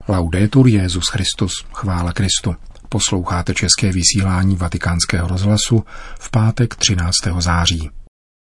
Laudetur Jesus Christus, chvála Kristu. Posloucháte české vysílání Vatikánského rozhlasu v pátek 13. září.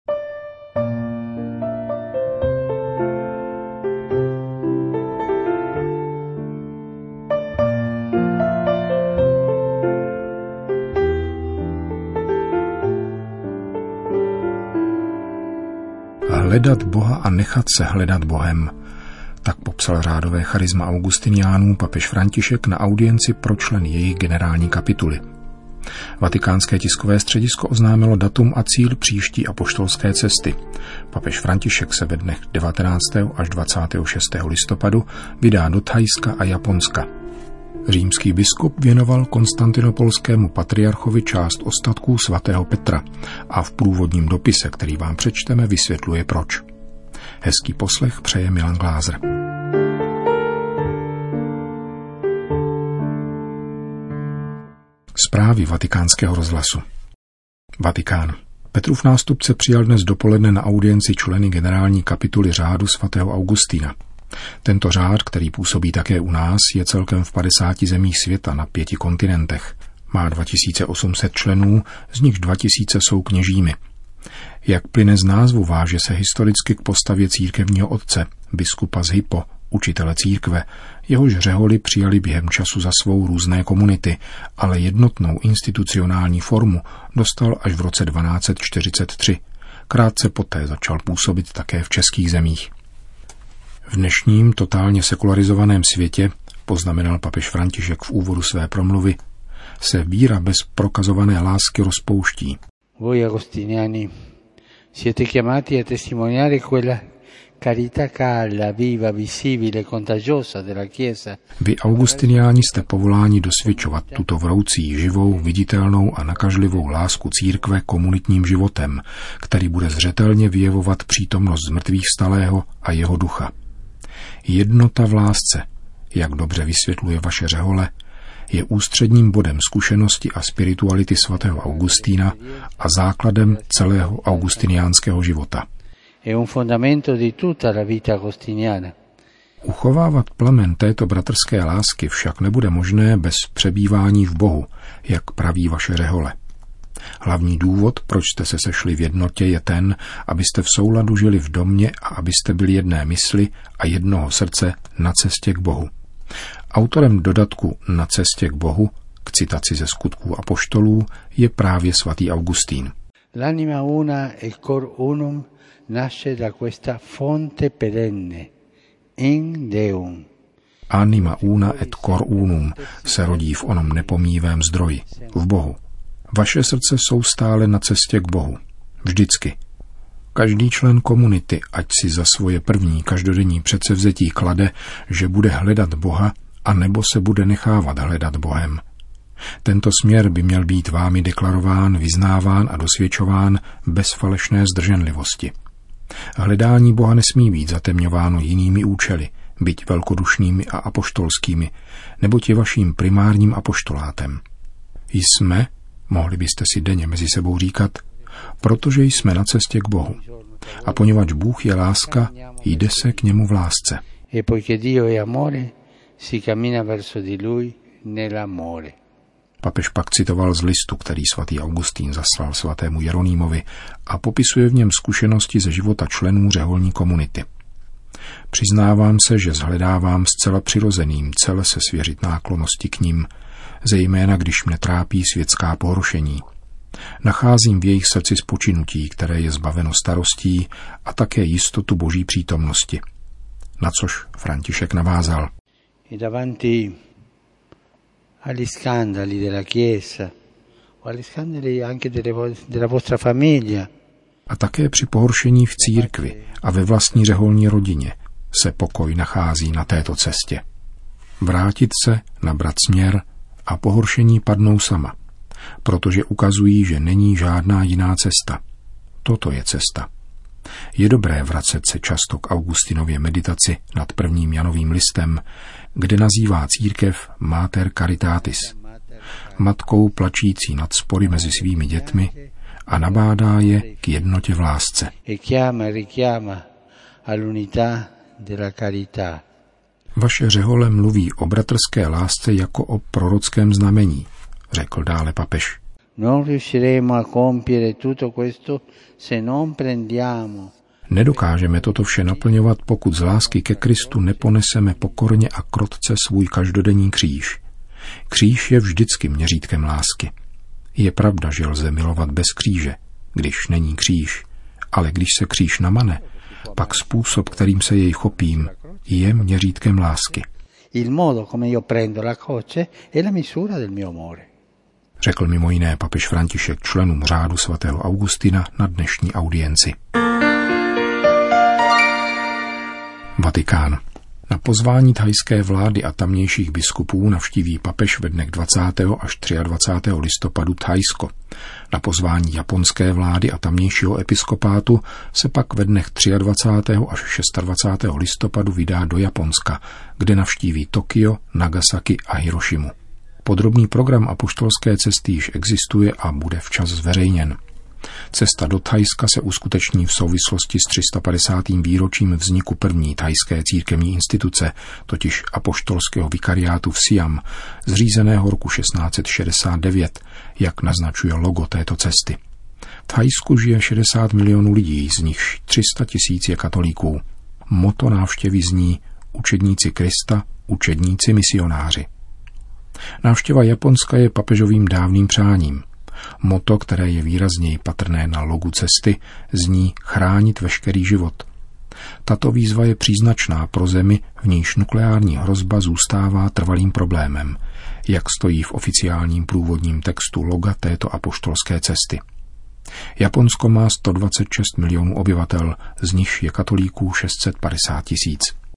Hledat Boha a nechat se hledat Bohem. Tak popsal řádové charisma augustiniánů papež František na audienci pro členy jejich generální kapituly. Vatikánské tiskové středisko oznámilo datum a cíl příští apoštolské cesty. Papež František se ve dnech 19. až 26. listopadu vydá do Thajska a Japonska. Římský biskup věnoval konstantinopolskému patriarchovi část ostatků svatého Petra a v průvodním dopise, který vám přečteme, vysvětluje proč. Hezký poslech přeje Milan Glázer. Zprávy Vatikánského rozhlasu. Vatikán. Petrův nástupce přijal dnes dopoledne na audienci členy generální kapituly řádu svatého Augustína. Tento řád, který působí také u nás, je celkem v 50 zemích světa na 5 kontinentech. Má 2800 členů, z nichž 2000 jsou kněžími. Jak plyne z názvu, váže se historicky k postavě církevního otce, biskupa z Hippo, učitele církve, jehož řeholy přijali během času za svou různé komunity, ale jednotnou institucionální formu dostal až v roce 1243. Krátce poté začal působit také v českých zemích. V dnešním totálně sekularizovaném světě, poznamenal papež František v úvodu své promluvy, se víra bez prokazované lásky rozpouští. Voi agostiniani siete chiamati a testimoniare quella carità calda, viva, visibile, contagiosa della Chiesa. Vy augustiniáni jste povoláni dosvědčovat tuto vroucí, živou, viditelnou a nakažlivou lásku církve komunitním životem, který bude zřetelně vyjevovat přítomnost zmrtvých vstalého a jeho ducha. Jednota v lásce, jak dobře vysvětluje vaše řehole, je ústředním bodem zkušenosti a spirituality svatého Augustína a základem celého augustiniánského života. Uchovávat plamen této bratrské lásky však nebude možné bez přebývání v Bohu, jak praví vaše řehole. Hlavní důvod, proč jste se sešli v jednotě, je ten, abyste v souladu žili v domě a abyste byli jedné mysli a jednoho srdce na cestě k Bohu. Autorem dodatku Na cestě k Bohu, k citaci ze Skutků apoštolů, je právě svatý Augustín. L'anima una e cor unum nasce da questa fonte perenne, in Deum. Anima una et cor unum se rodí v onom nepomíjivém zdroji, v Bohu. Vaše srdce jsou stále na cestě k Bohu. Vždycky. Každý člen komunity, ať si za svoje první každodenní předsevzetí klade, že bude hledat Boha, a nebo se bude nechávat hledat Bohem. Tento směr by měl být vámi deklarován, vyznáván a dosvědčován bez falešné zdrženlivosti. Hledání Boha nesmí být zatemňováno jinými účely, byť velkodušnými a apoštolskými, neboť je vaším primárním apoštolátem. Jsme, mohli byste si denně mezi sebou říkat, protože jsme na cestě k Bohu. A poněvadž Bůh je láska, jde se k němu v lásce. E poiché Dio è amore, si cammina verso di lui nell'amore. Papež pak citoval z listu, který svatý Augustín zaslal svatému Jeronýmovi a popisuje v něm zkušenosti ze života členů řeholní komunity. Přiznávám se, že shledávám zcela přirozeným celé se svěřit náklonnosti k nim, zejména když mne trápí světská pohoršení. Nacházím v jejich srdci spočinutí, které je zbaveno starostí a také jistotu Boží přítomnosti. Na což František navázal. E davanti agli scandali della Chiesa, o agli scandali anche della vostra famiglia. A také při pohoršení v církvi a ve vlastní řeholní rodině se pokoj nachází na této cestě. Vrátit se, nabrat směr a pohoršení padnou sama, protože ukazují, že není žádná jiná cesta. Toto je cesta. Je dobré vracet se často k Augustinově meditaci nad 1. Janovým listem, kde nazývá církev Mater Caritatis, matkou plačící nad spory mezi svými dětmi a nabádá je k jednotě v lásce. Vaše řehole mluví o bratrské lásce jako o prorockém znamení, řekl dále papež. Nedokážeme toto vše naplňovat, pokud z lásky ke Kristu neponeseme pokorně a krotce svůj každodenní kříž. Kříž je vždycky měřítkem lásky. Je pravda, že lze milovat bez kříže, když není kříž, ale když se kříž namane, pak způsob, kterým se jej chopím, je měřítkem lásky. Řekl mimo jiné papež František členům řádu svatého Augustina na dnešní audienci. Vatikán. Na pozvání thajské vlády a tamnějších biskupů navštíví papež ve dnech 20. až 23. listopadu Thajsko. Na pozvání japonské vlády a tamnějšího episkopátu se pak ve dnech 23. až 26. listopadu vydá do Japonska, kde navštíví Tokio, Nagasaki a Hirošimu. Podrobný program apoštolské cesty již existuje a bude včas zveřejněn. Cesta do Thajska se uskuteční v souvislosti s 350. výročím vzniku první thajské církevní instituce, totiž apoštolského vikariátu v Siam, zřízeného roku 1669, jak naznačuje logo této cesty. V Thajsku žije 60 milionů lidí, z nichž 300 000 je katolíků. Motto návštěvy zní Učedníci Krista, učedníci misionáři. Návštěva Japonska je papežovým dávným přáním. Motto, které je výrazněji patrné na logu cesty, zní chránit veškerý život. Tato výzva je příznačná pro zemi, v níž nukleární hrozba zůstává trvalým problémem, jak stojí v oficiálním průvodním textu loga této apoštolské cesty. Japonsko má 126 milionů obyvatel, z nichž je katolíků 650 000.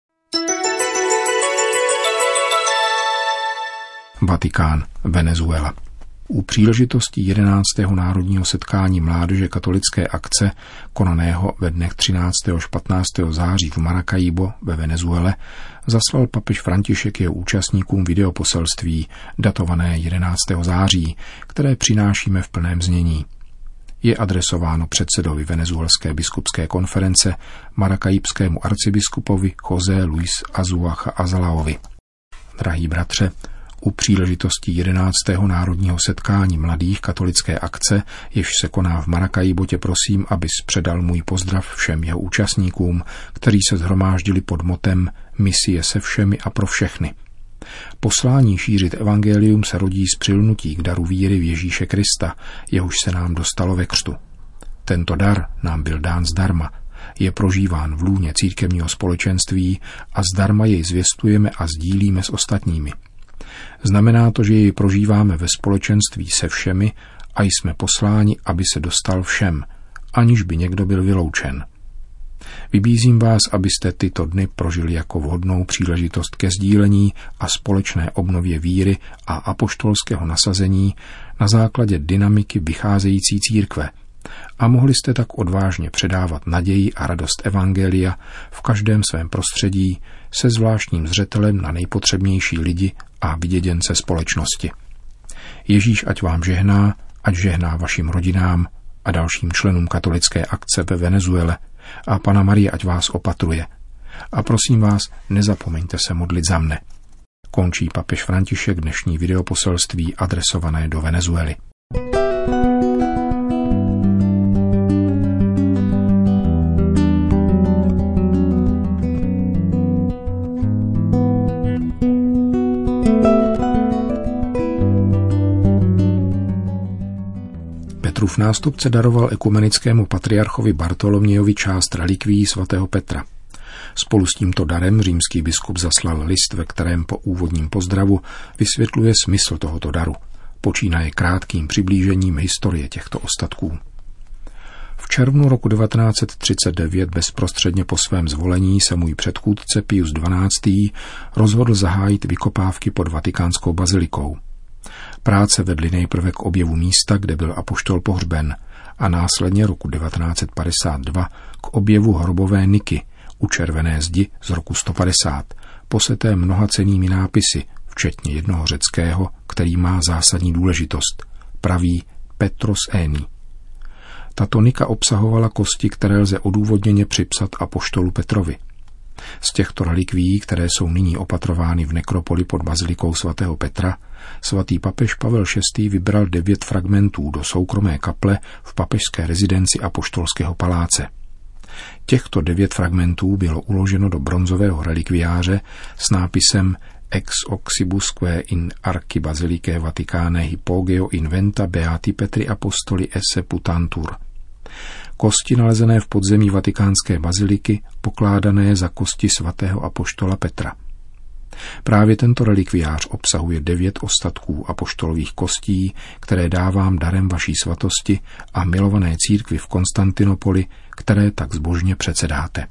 Vatikán, Venezuela. U příležitosti 11. národního setkání mládeže katolické akce, konaného ve dnech 13. až 15. září v Maracaibo ve Venezuele, zaslal papež František jeho účastníkům videoposelství datované 11. září, které přinášíme v plném znění. Je adresováno předsedovi venezuelské biskupské konference, maracaibskému arcibiskupovi José Luis Azuacha Azalaovi. Drahý bratře, u příležitosti 11. národního setkání mladých katolické akce, jež se koná v Maracaibo, tě prosím, abys předal můj pozdrav všem jeho účastníkům, kteří se shromáždili pod motem Misie se všemi a pro všechny. Poslání šířit evangelium se rodí z přilnutí k daru víry v Ježíše Krista, jehož se nám dostalo ve křtu. Tento dar nám byl dán zdarma, je prožíván v lůně církevního společenství a zdarma jej zvěstujeme a sdílíme s ostatními. Znamená to, že jej prožíváme ve společenství se všemi a jsme posláni, aby se dostal všem, aniž by někdo byl vyloučen. Vybízím vás, abyste tyto dny prožili jako vhodnou příležitost ke sdílení a společné obnově víry a apoštolského nasazení na základě dynamiky vycházející církve a mohli jste tak odvážně předávat naději a radost evangelia v každém svém prostředí se zvláštním zřetelem na nejpotřebnější lidi a vyděděnce společnosti. Ježíš ať vám žehná, ať žehná vašim rodinám a dalším členům katolické akce ve Venezuele a Panna Marie ať vás opatruje. A prosím vás, nezapomeňte se modlit za mne. Končí papež František dnešní videoposelství adresované do Venezuely. Petrův nástupce daroval ekumenickému patriarchovi Bartolomějovi část relikvií svatého Petra. Spolu s tímto darem římský biskup zaslal list, ve kterém po úvodním pozdravu vysvětluje smysl tohoto daru, počínaje krátkým přiblížením historie těchto ostatků. V červnu roku 1939 bezprostředně po svém zvolení se můj předchůdce Pius XII. Rozhodl zahájit vykopávky pod Vatikánskou bazilikou. Práce vedly nejprve k objevu místa, kde byl apoštol pohřben, a následně roku 1952 k objevu hrobové niky u červené zdi z roku 150, poseté mnoha cennými nápisy, včetně jednoho řeckého, který má zásadní důležitost. Praví Petros Eni. Tato nika obsahovala kosti, které lze odůvodněně připsat apoštolu Petrovi. Z těchto relikvií, které jsou nyní opatrovány v nekropoli pod bazilikou svatého Petra, svatý papež Pavel VI. Vybral 9 fragmentů do soukromé kaple v papežské rezidenci Apoštolského paláce. Těchto 9 fragmentů bylo uloženo do bronzového relikviáře s nápisem Ex oxibusque in archibasilicae Vaticanae hypogeo inventa beati Petri apostoli esse putantur. Kosti nalezené v podzemí vatikánské baziliky, pokládané za kosti svatého apoštola Petra. Právě tento relikviář obsahuje 9 ostatků apoštolových kostí, které dávám darem vaší svatosti a milované církvi v Konstantinopoli, které tak zbožně předsedáte.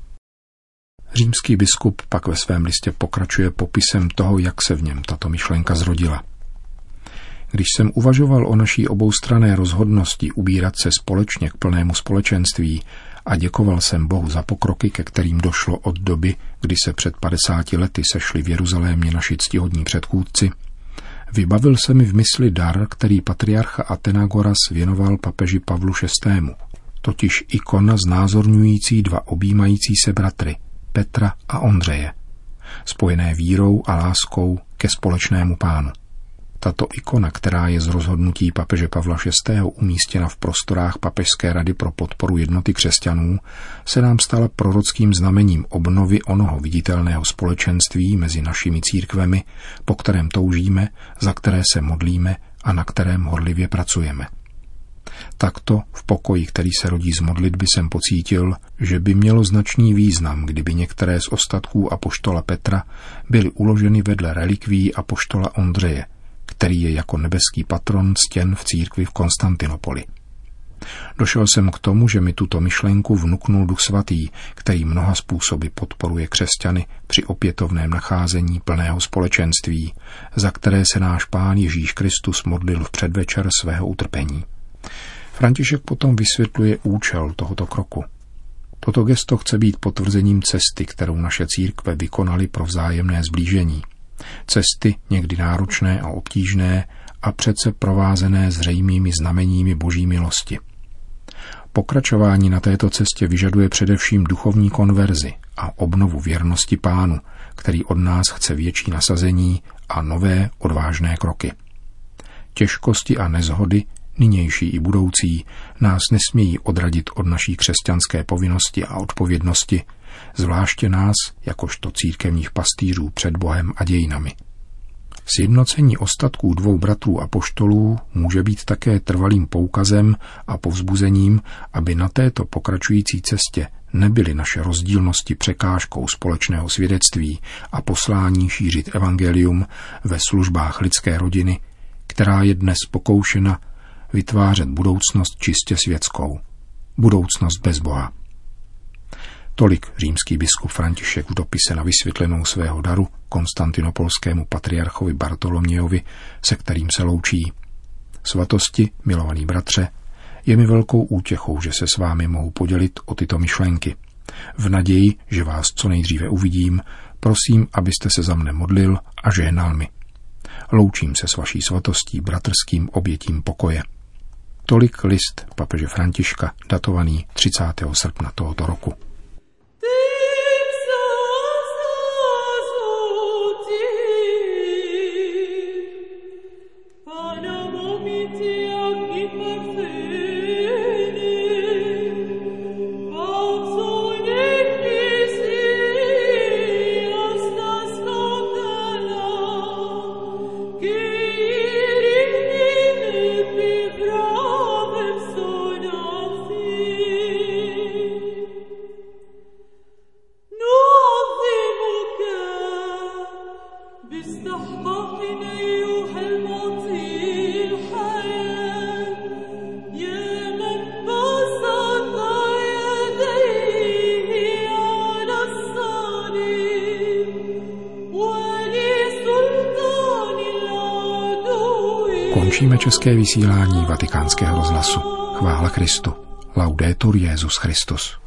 Římský biskup pak ve svém listě pokračuje popisem toho, jak se v něm tato myšlenka zrodila. Když jsem uvažoval o naší oboustranné rozhodnosti ubírat se společně k plnému společenství a děkoval jsem Bohu za pokroky, ke kterým došlo od doby, kdy se před 50 lety sešli v Jeruzalémě naši ctihodní předchůdci, vybavil se mi v mysli dar, který patriarcha Athenagoras věnoval papeži Pavlu VI., totiž ikona znázorňující 2 objímající se bratry, Petra a Ondřeje, spojené vírou a láskou ke společnému Pánu. Tato ikona, která je z rozhodnutí papeže Pavla VI. Umístěna v prostorách Papežské rady pro podporu jednoty křesťanů, se nám stala prorockým znamením obnovy onoho viditelného společenství mezi našimi církvemi, po kterém toužíme, za které se modlíme a na kterém horlivě pracujeme. Takto v pokoji, který se rodí z modlitby, jsem pocítil, že by mělo značný význam, kdyby některé z ostatků apoštola Petra byly uloženy vedle relikvií apoštola Ondřeje, který je jako nebeský patron ctěn v církvi v Konstantinopoli. Došel jsem k tomu, že mi tuto myšlenku vnuknul Duch Svatý, který mnoha způsoby podporuje křesťany při opětovném nacházení plného společenství, za které se náš Pán Ježíš Kristus modlil v předvečer svého utrpení. František potom vysvětluje účel tohoto kroku. Toto gesto chce být potvrzením cesty, kterou naše církve vykonaly pro vzájemné sblížení. Cesty někdy náročné a obtížné a přece provázené zřejmými znameními Boží milosti. Pokračování na této cestě vyžaduje především duchovní konverzi a obnovu věrnosti Pánu, který od nás chce větší nasazení a nové odvážné kroky. Těžkosti a nezhody, nynější i budoucí, nás nesmějí odradit od naší křesťanské povinnosti a odpovědnosti, zvláště nás, jakožto církevních pastýřů před Bohem a dějinami. Sjednocení ostatků 2 bratrů apoštolů může být také trvalým poukazem a povzbuzením, aby na této pokračující cestě nebyly naše rozdílnosti překážkou společného svědectví a poslání šířit evangelium ve službách lidské rodiny, která je dnes pokoušena vytvářet budoucnost čistě světskou, budoucnost bez Boha. Tolik římský biskup František v dopise na vysvětlenou svého daru konstantinopolskému patriarchovi Bartolomějovi, se kterým se loučí. Svatosti, milovaný bratře, je mi velkou útěchou, že se s vámi mohu podělit o tyto myšlenky. V naději, že vás co nejdříve uvidím, prosím, abyste se za mne modlil a žehnal mi. Loučím se s vaší svatostí bratrským obětím pokoje. Tolik list papeže Františka, datovaný 30. srpna tohoto roku. Končíme české vysílání Vatikánského rozhlasu. Chvála Kristu. Laudetur Jesus Christus.